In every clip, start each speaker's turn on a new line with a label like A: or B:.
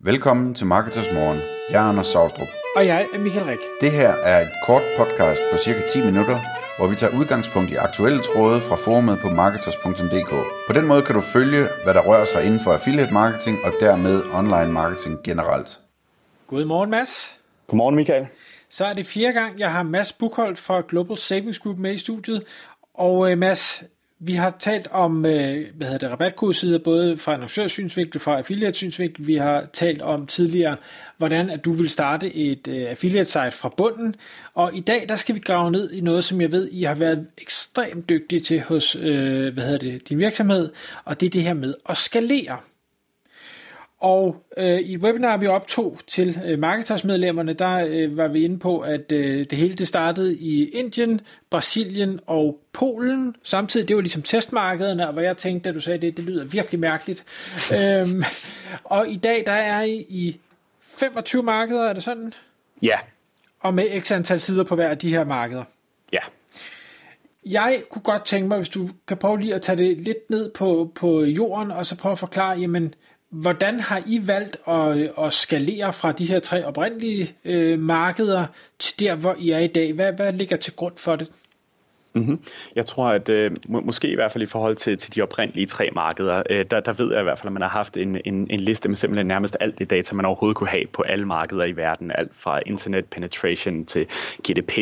A: Velkommen til Marketers Morgen. Jeg er Anders Saustrup.
B: Og jeg er Michael Rik.
A: Det her er et kort podcast på cirka 10 minutter, hvor vi tager udgangspunkt i aktuelle tråde fra forumet på marketers.dk. På den måde kan du følge, hvad der rører sig inden for affiliate marketing og dermed online marketing generelt.
B: Godmorgen, Mads.
C: Godmorgen, Michael.
B: Så er det 4. gang, jeg har Mads Buchholdt fra Global Savings Group med i studiet. Og Mads, vi har talt om rabatkodesider, både fra annoncørsynsvinkel, fra affiliate-synsvinkel. Vi har talt om tidligere, hvordan at du vil starte et affiliate-site fra bunden. Og i dag, der skal vi grave ned i noget, som jeg ved, I har været ekstremt dygtige til hos din virksomhed. Og det er det her med at skalere. Og i et webinar, vi optog til marketersmedlemmerne, der var vi inde på, at det hele det startede i Indien, Brasilien og Polen. Samtidig, det var ligesom testmarkederne, og hvor jeg tænkte, da du sagde det lyder virkelig mærkeligt. Og i dag, der er I 25 markeder, er det sådan?
C: Ja.
B: Og med x antal sider på hver af de her markeder.
C: Ja.
B: Jeg kunne godt tænke mig, hvis du kan prøve lige at tage det lidt ned på jorden, og så prøve at forklare, jamen, hvordan har I valgt at skalere fra de her 3 oprindelige markeder til der, hvor I er i dag? Hvad ligger til grund for det?
C: Mm-hmm. Jeg tror, at måske i hvert fald i forhold til de oprindelige 3 markeder, der ved jeg i hvert fald, at man har haft en liste med simpelthen nærmest alt det data, man overhovedet kunne have på alle markeder i verden. Alt fra internet penetration til GDP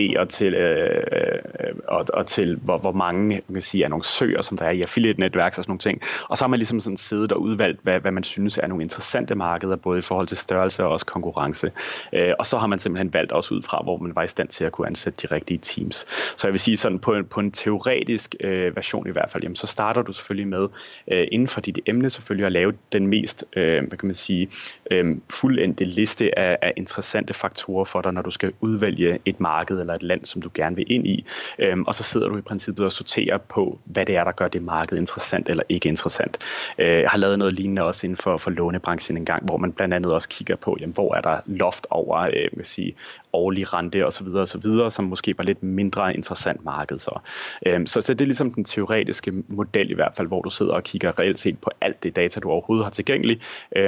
C: og til hvor mange man kan sige, annoncører, som der er i affiliate-netværk og sådan nogle ting. Og så har man ligesom sådan siddet og udvalgt, hvad man synes er nogle interessante markeder, både i forhold til størrelse og også konkurrence. Og så har man simpelthen valgt også ud fra, hvor man var i stand til at kunne ansætte de rigtige teams. Så jeg vil sige sådan på en teoretisk version i hvert fald, jamen, så starter du selvfølgelig med inden for dit emne selvfølgelig at lave den mest, fuldendte liste af interessante faktorer for dig, når du skal udvælge et marked eller et land, som du gerne vil ind i. Og så sidder du i princippet og sorterer på, hvad det er, der gør det marked interessant eller ikke interessant. Jeg har lavet noget lignende også inden for lånebranchen en gang, hvor man blandt andet også kigger på, jamen, hvor er der loft over årlig rente osv., som måske var lidt mindre interessant marked. Så det er ligesom den teoretiske model i hvert fald, hvor du sidder og kigger reelt set på alt det data, du overhovedet har tilgængeligt,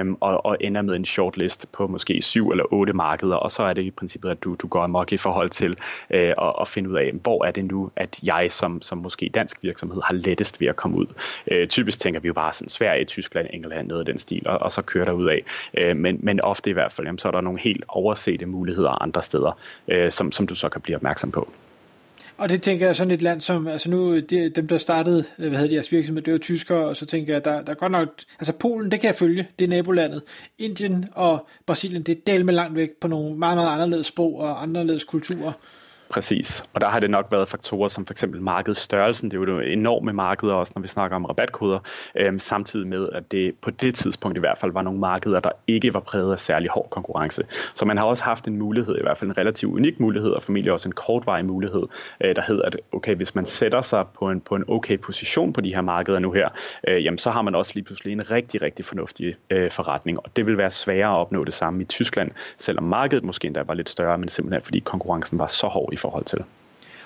C: og ender med en shortlist på måske 7 eller 8 markeder, og så er det i princippet, at du går amok i forhold til at finde ud af, hvor er det nu, at jeg som måske dansk virksomhed har lettest ved at komme ud. Typisk tænker vi jo bare sådan Sverige, Tyskland, England, noget af den stil, og så kører der ud af. Men ofte i hvert fald, jamen, så er der nogle helt oversete muligheder andre steder, som du så kan blive opmærksom på.
B: Og det tænker jeg sådan et land som, altså nu, dem der startede, jeres virksomhed, det var tyskere, og så tænker jeg, der er godt nok, altså Polen, det kan jeg følge, det er nabolandet. Indien og Brasilien, det er del med langt væk på nogle meget, meget anderledes sprog og anderledes kulturer.
C: Præcis, og der har det nok været faktorer som for eksempel markedsstørrelsen, det er jo enorme markeder også, når vi snakker om rabatkoder, samtidig med, at det på det tidspunkt i hvert fald var nogle markeder, der ikke var præget af særlig hård konkurrence. Så man har også haft en mulighed, i hvert fald en relativt unik mulighed, og formentlig også en kortvarig mulighed, der hedder, at okay, hvis man sætter sig på en okay position på de her markeder nu her, jamen så har man også lige pludselig en rigtig, rigtig fornuftig forretning, og det vil være sværere at opnå det samme i Tyskland, selvom markedet måske endda var lidt større, men simpelthen fordi konkurrencen var så hård i forhold til det.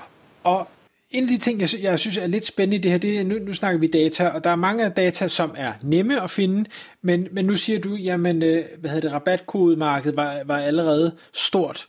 B: Og en af de ting, jeg synes er lidt spændende i det her, det er, nu snakker vi data, og der er mange af data, som er nemme at finde, men nu siger du, jamen, rabatkodemarkedet var allerede stort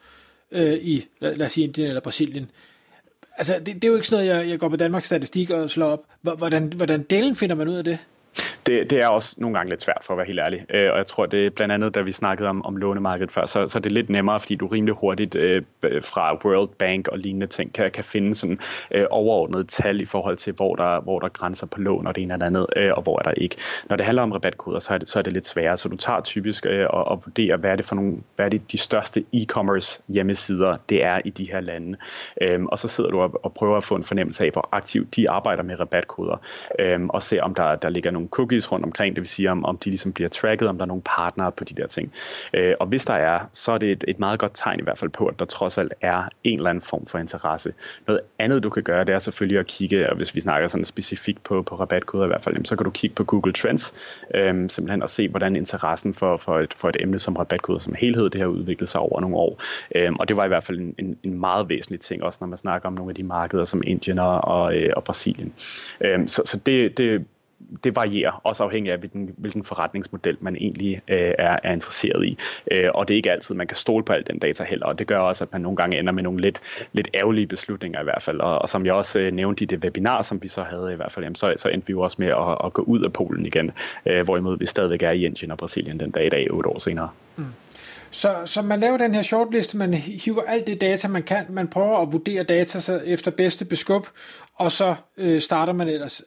B: i, lad os sige, Indien eller Brasilien. Altså, det er jo ikke sådan noget, jeg går på Danmarks Statistik og slår op. Hvordan delen finder man ud af det?
C: Det er også nogle gange lidt svært, for at være helt ærlig. Og jeg tror, det er blandt andet, da vi snakkede om lånemarkedet før, så er det lidt nemmere, fordi du rimelig hurtigt fra World Bank og lignende ting kan finde sådan overordnede tal i forhold til, hvor der grænser på lån og det ene eller andet, og hvor er der ikke. Når det handler om rabatkoder, så er det lidt sværere. Så du tager typisk og vurderer, hvad er det de største e-commerce hjemmesider, det er i de her lande. Og så sidder du og prøver at få en fornemmelse af, hvor aktivt de arbejder med rabatkoder, og se om der ligger nogle cookies rundt omkring, det vil sige, om de ligesom bliver tracket, om der er nogle partnere på de der ting. Og hvis der er, så er det et meget godt tegn i hvert fald på, at der trods alt er en eller anden form for interesse. Noget andet, du kan gøre, det er selvfølgelig at kigge, og hvis vi snakker sådan specifikt på rabatkoder i hvert fald, så kan du kigge på Google Trends, simpelthen og se, hvordan interessen for et emne som rabatkoder som helhed, det har udviklet sig over nogle år. Og det var i hvert fald en meget væsentlig ting, også når man snakker om nogle af de markeder som Indien og Brasilien. Så det det varierer, også afhængig af, hvilken forretningsmodel man egentlig er interesseret i. Og det er ikke altid, man kan stole på al den data heller, og det gør også, at man nogle gange ender med nogle lidt ærgerlige beslutninger i hvert fald. Og som jeg også nævnte i det webinar, som vi så havde i hvert fald, så endte vi jo også med at gå ud af Polen igen, hvorimod vi stadigvæk er i Indien og Brasilien den dag i dag, 8 år senere. Mm.
B: Så man laver den her shortliste, man hiver alt det data, man kan, man prøver at vurdere data så efter bedste beskub, og så starter man ellers.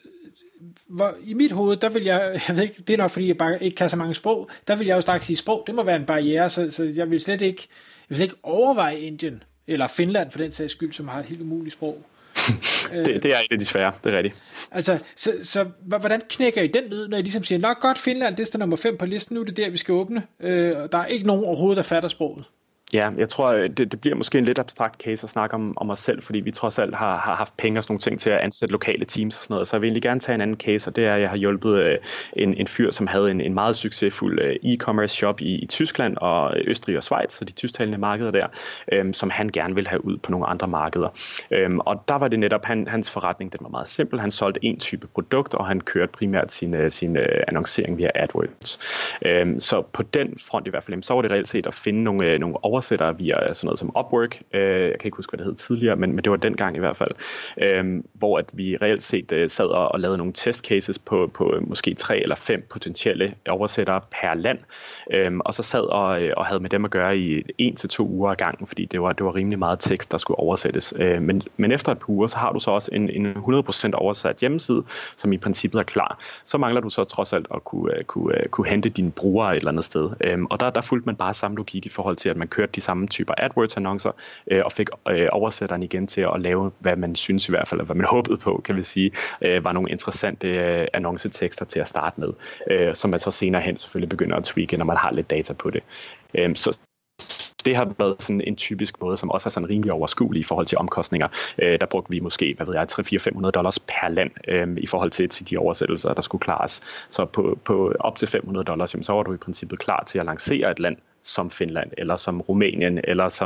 B: I mit hoved, der vil jeg ved ikke, det er nok fordi, jeg bare ikke kan så mange sprog, der vil jeg jo straks sige sprog, det må være en barriere, så jeg vil slet ikke overveje Indien, eller Finland for den sags skyld, som har et helt umuligt sprog.
C: Det er et af de svære, det er rigtigt.
B: Altså, så hvordan knækker I den ud, når I ligesom siger, nok godt, Finland, det er nummer 5 på listen, nu er det der, vi skal åbne, og der er ikke nogen overhovedet, der fatter sproget?
C: Ja, jeg tror, det bliver måske en lidt abstrakt case at snakke om os selv, fordi vi trods alt har haft penge og sådan nogle ting til at ansætte lokale teams og sådan noget. Så jeg vil egentlig gerne tage en anden case, og det er, at jeg har hjulpet en fyr, som havde en meget succesfuld e-commerce shop i Tyskland og Østrig og Schweiz, så de tysktalende markeder der, som han gerne vil have ud på nogle andre markeder. Og der var det netop, hans forretning, den var meget simpel. Han solgte en type produkt, og han kørte primært sin annoncering via AdWords. Så på den front i hvert fald, så var det reelt set at finde nogle oversættere via sådan noget som Upwork. Jeg kan ikke huske, hvad det hed tidligere, men det var dengang i hvert fald, hvor at vi reelt set sad og lavede nogle testcases på måske 3 eller 5 potentielle oversættere per land, og så sad og havde med dem at gøre i 1 til 2 uger ad gangen, fordi det var rimelig meget tekst, der skulle oversættes. Men efter et par uger, så har du så også en 100% oversat hjemmeside, som i princippet er klar. Så mangler du så trods alt at kunne hente dine brugere et eller andet sted. Og der fulgte man bare samme logik i forhold til, at man kørte de samme typer AdWords-annoncer, og fik oversætteren igen til at lave, hvad man synes i hvert fald, hvad man håbede på, kan vi sige, var nogle interessante annoncetekster til at starte med, som man så senere hen selvfølgelig begynder at tweake, når man har lidt data på det. Så det har været sådan en typisk måde, som også er sådan rimelig overskuelig i forhold til omkostninger. Der brugte vi måske, $300-500 per land i forhold til de oversættelser, der skulle klares. Så på op til $500, jamen, så var du i princippet klar til at lancere et land som Finland, eller som Rumænien,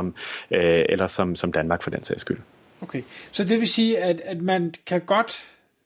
C: eller som Danmark for den sags skyld.
B: Okay, så det vil sige, at man kan godt,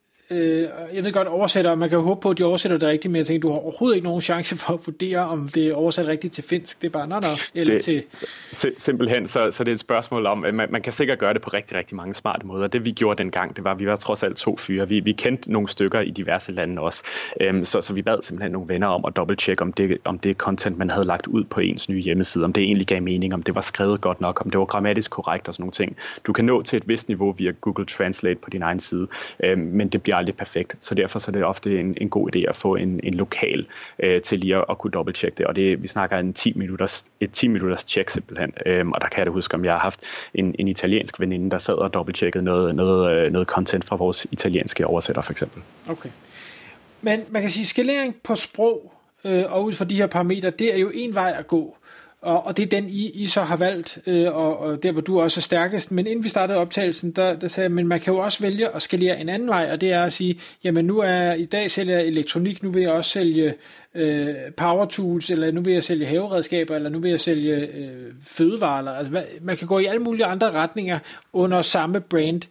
B: jeg ved godt oversætter, og man kan jo håbe på, at de oversætter det rigtigt, men jeg tænker, du har overhovedet ikke nogen chance for at vurdere, om det er oversat rigtigt til finsk. Det er bare eller til...
C: Simpelthen, så det er et spørgsmål om, at man kan sikkert gøre det på rigtig, rigtig mange smarte måder. Det vi gjorde dengang, det var, at vi var trods alt 2 fyre. Vi kendte nogle stykker i diverse lande også. Så vi bad simpelthen nogle venner om at dobbelttjekke, om det content, man havde lagt ud på ens nye hjemmeside, om det egentlig gav mening, om det var skrevet godt nok, om det var grammatisk korrekt og sådan nogle ting. Du kan nå til et vist niveau via Google Translate på din egen side, men det bliver aldrig perfekt. Så derfor så er det ofte en god idé at få en lokal til lige at kunne dobbelttjekke det. Og vi snakker et 10 minutters tjek simpelthen. Og der kan jeg da huske, om jeg har haft en italiensk veninde, der sad og dobbelttjekkede noget content fra vores italienske oversætter for eksempel.
B: Okay. Men man kan sige, skalering på sprog og ud fra de her parametre, det er jo en vej at gå. Og det er den, I så har valgt, og der hvor du også er stærkest. Men inden vi startede optagelsen, der sagde jeg, men man kan jo også vælge at skalere en anden vej, og det er at sige, jamen i dag sælger jeg elektronik, nu vil jeg også sælge power tools, eller nu vil jeg sælge haveredskaber, eller nu vil jeg sælge fødevarer. Altså, man kan gå i alle mulige andre retninger under samme brand.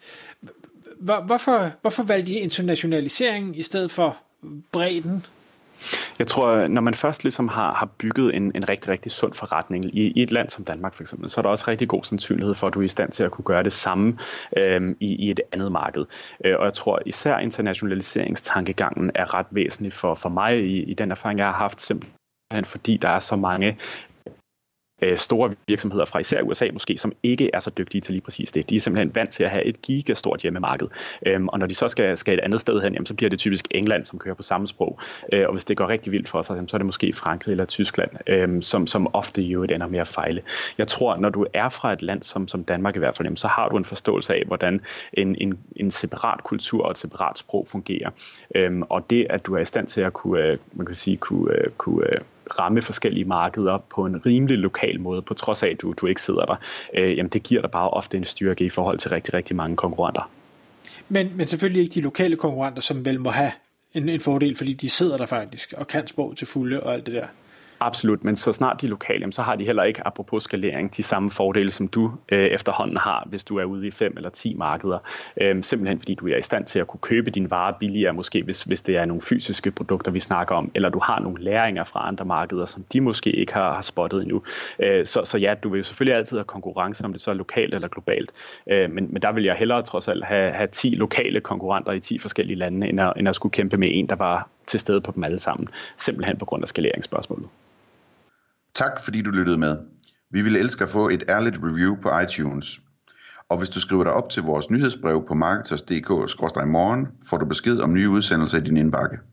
B: Hvorfor valgte I internationalisering i stedet for bredden?
C: Jeg tror, når man først ligesom har bygget en rigtig, rigtig sund forretning i et land som Danmark for eksempel, så er der også rigtig god sandsynlighed for, at du er i stand til at kunne gøre det samme i et andet marked. Og jeg tror især internationaliseringstankegangen er ret væsentlig for mig i den erfaring, jeg har haft, simpelthen fordi der er så mange store virksomheder fra især USA måske, som ikke er så dygtige til lige præcis det. De er simpelthen vant til at have et gigastort hjemmemarked. Og når de så skal et andet sted hen, jamen, så bliver det typisk England, som kører på samme sprog. Og hvis det går rigtig vildt for sig, jamen, så er det måske Frankrig eller Tyskland, som ofte jo ender med at fejle. Jeg tror, når du er fra et land som Danmark i hvert fald, jamen, så har du en forståelse af, hvordan en separat kultur og et separat sprog fungerer. Og det, at du er i stand til at kunne ramme forskellige markeder på en rimelig lokal måde, på trods af, at du ikke sidder der, jamen det giver dig bare ofte en styrke i forhold til rigtig, rigtig mange konkurrenter.
B: Men selvfølgelig ikke de lokale konkurrenter, som vel må have en fordel, fordi de sidder der faktisk og kan sprog til fulde og alt det der.
C: Absolut, men så snart de er lokale, så har de heller ikke, apropos skalering, de samme fordele, som du efterhånden har, hvis du er ude i 5 eller 10 markeder. Simpelthen fordi du er i stand til at kunne købe dine varer billigere, måske hvis det er nogle fysiske produkter, vi snakker om, eller du har nogle læringer fra andre markeder, som de måske ikke har spottet endnu. Så ja, du vil jo selvfølgelig altid have konkurrence, om det så er lokalt eller globalt, men der vil jeg hellere trods alt have 10 lokale konkurrenter i 10 forskellige lande, end at skulle kæmpe med en, der var til stede på dem alle sammen, simpelthen på grund af skaleringsspørgsmålet.
A: Tak fordi du lyttede med. Vi ville elske at få et ærligt review på iTunes. Og hvis du skriver dig op til vores nyhedsbrev på marketers.dk/morgen, får du besked om nye udsendelser i din indbakke.